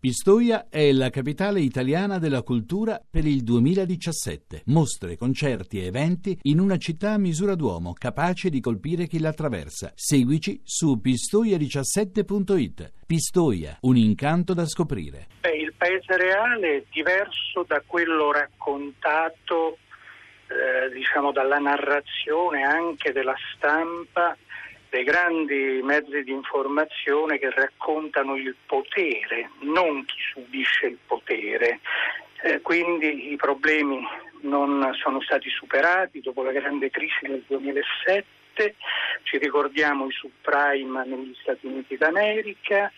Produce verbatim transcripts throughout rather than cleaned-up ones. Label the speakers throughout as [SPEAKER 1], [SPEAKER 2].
[SPEAKER 1] Pistoia è la capitale italiana della cultura per il duemiladiciassette. Mostre, concerti e eventi in una città a misura d'uomo, capace di colpire chi la attraversa. Seguici su pistoia diciassette punto it. Pistoia, un incanto da scoprire.
[SPEAKER 2] Beh, il paese reale è diverso da quello raccontato eh, diciamo dalla narrazione anche della stampa, dei grandi mezzi di informazione che raccontano il potere, non chi subisce il potere. Eh, quindi i problemi non sono stati superati dopo la grande crisi del duemilasette, ci ricordiamo i subprime negli Stati Uniti d'America,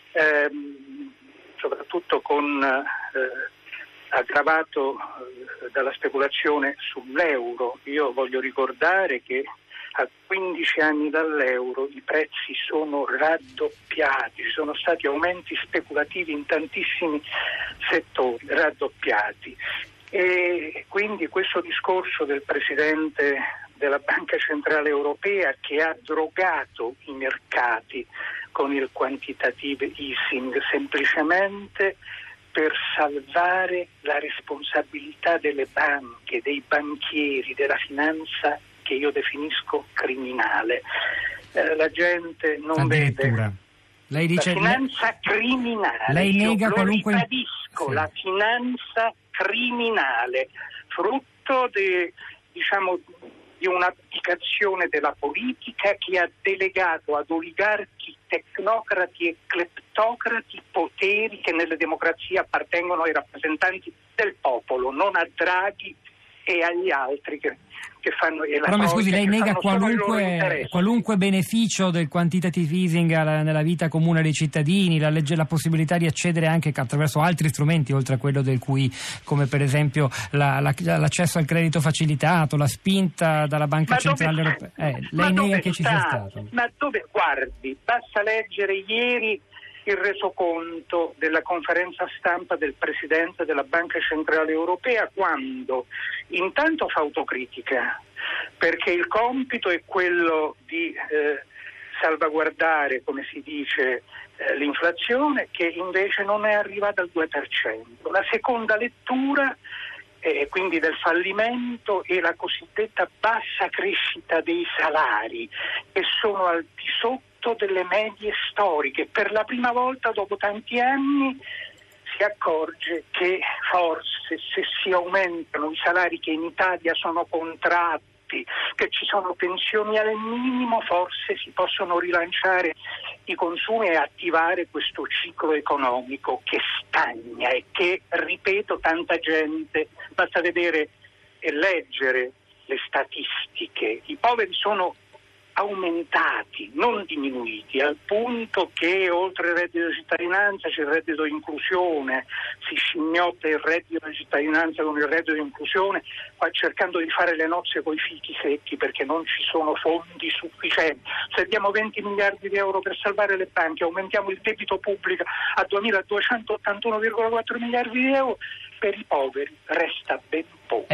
[SPEAKER 2] ehm, soprattutto con eh, aggravato eh, dalla speculazione sull'euro. Io voglio ricordare che a quindici anni dall'euro i prezzi sono raddoppiati, ci sono stati aumenti speculativi in tantissimi settori, raddoppiati. E quindi questo discorso del Presidente della Banca Centrale Europea, che ha drogato i mercati con il quantitative easing semplicemente per salvare la responsabilità delle banche, dei banchieri, della finanza che io definisco criminale. Eh, la gente non vede
[SPEAKER 3] lei dice,
[SPEAKER 2] la finanza criminale.
[SPEAKER 3] Lei nega
[SPEAKER 2] io
[SPEAKER 3] qualunque...
[SPEAKER 2] lo ribadisco,
[SPEAKER 3] sì.
[SPEAKER 2] La finanza criminale, frutto di, diciamo, di un'applicazione della politica che ha delegato ad oligarchi, tecnocrati e cleptocrati poteri che nelle democrazie appartengono ai rappresentanti del popolo, non a Draghi e agli altri che, che fanno e la
[SPEAKER 3] Però mi scusi, lei nega
[SPEAKER 2] qualunque,
[SPEAKER 3] qualunque beneficio del quantitative easing alla, nella vita comune dei cittadini, la, legge, la possibilità di accedere anche attraverso altri strumenti oltre a quello del Q I, come per esempio la, la, l'accesso al credito facilitato, la spinta dalla Banca
[SPEAKER 2] ma
[SPEAKER 3] Centrale
[SPEAKER 2] dove,
[SPEAKER 3] Europea. Eh, lei nega che ci sia stato?
[SPEAKER 2] Ma dove guardi? Basta leggere ieri il resoconto della conferenza stampa del Presidente della Banca Centrale Europea, quando intanto fa autocritica, perché il compito è quello di eh, salvaguardare, come si dice, eh, l'inflazione, che invece non è arrivata al due per cento. La seconda lettura, eh, quindi del fallimento, è la cosiddetta bassa crescita dei salari, che sono al di sotto delle medie storiche. Per la prima volta dopo tanti anni si accorge che forse se si aumentano i salari che in Italia sono contratti, che ci sono pensioni al minimo, forse si possono rilanciare i consumi e attivare questo ciclo economico che stagna e che, ripeto, tanta gente, basta vedere e leggere le statistiche, i poveri sono aumentati, non diminuiti, al punto che oltre il reddito di cittadinanza c'è il reddito di inclusione, si scimmiotta il reddito di cittadinanza con il reddito di inclusione, qua cercando di fare le nozze coi fichi secchi perché non ci sono fondi sufficienti. Se diamo venti miliardi di euro per salvare le banche, aumentiamo il debito pubblico a duemiladuecentottantuno virgola quattro miliardi di euro, per i poveri resta ben poco.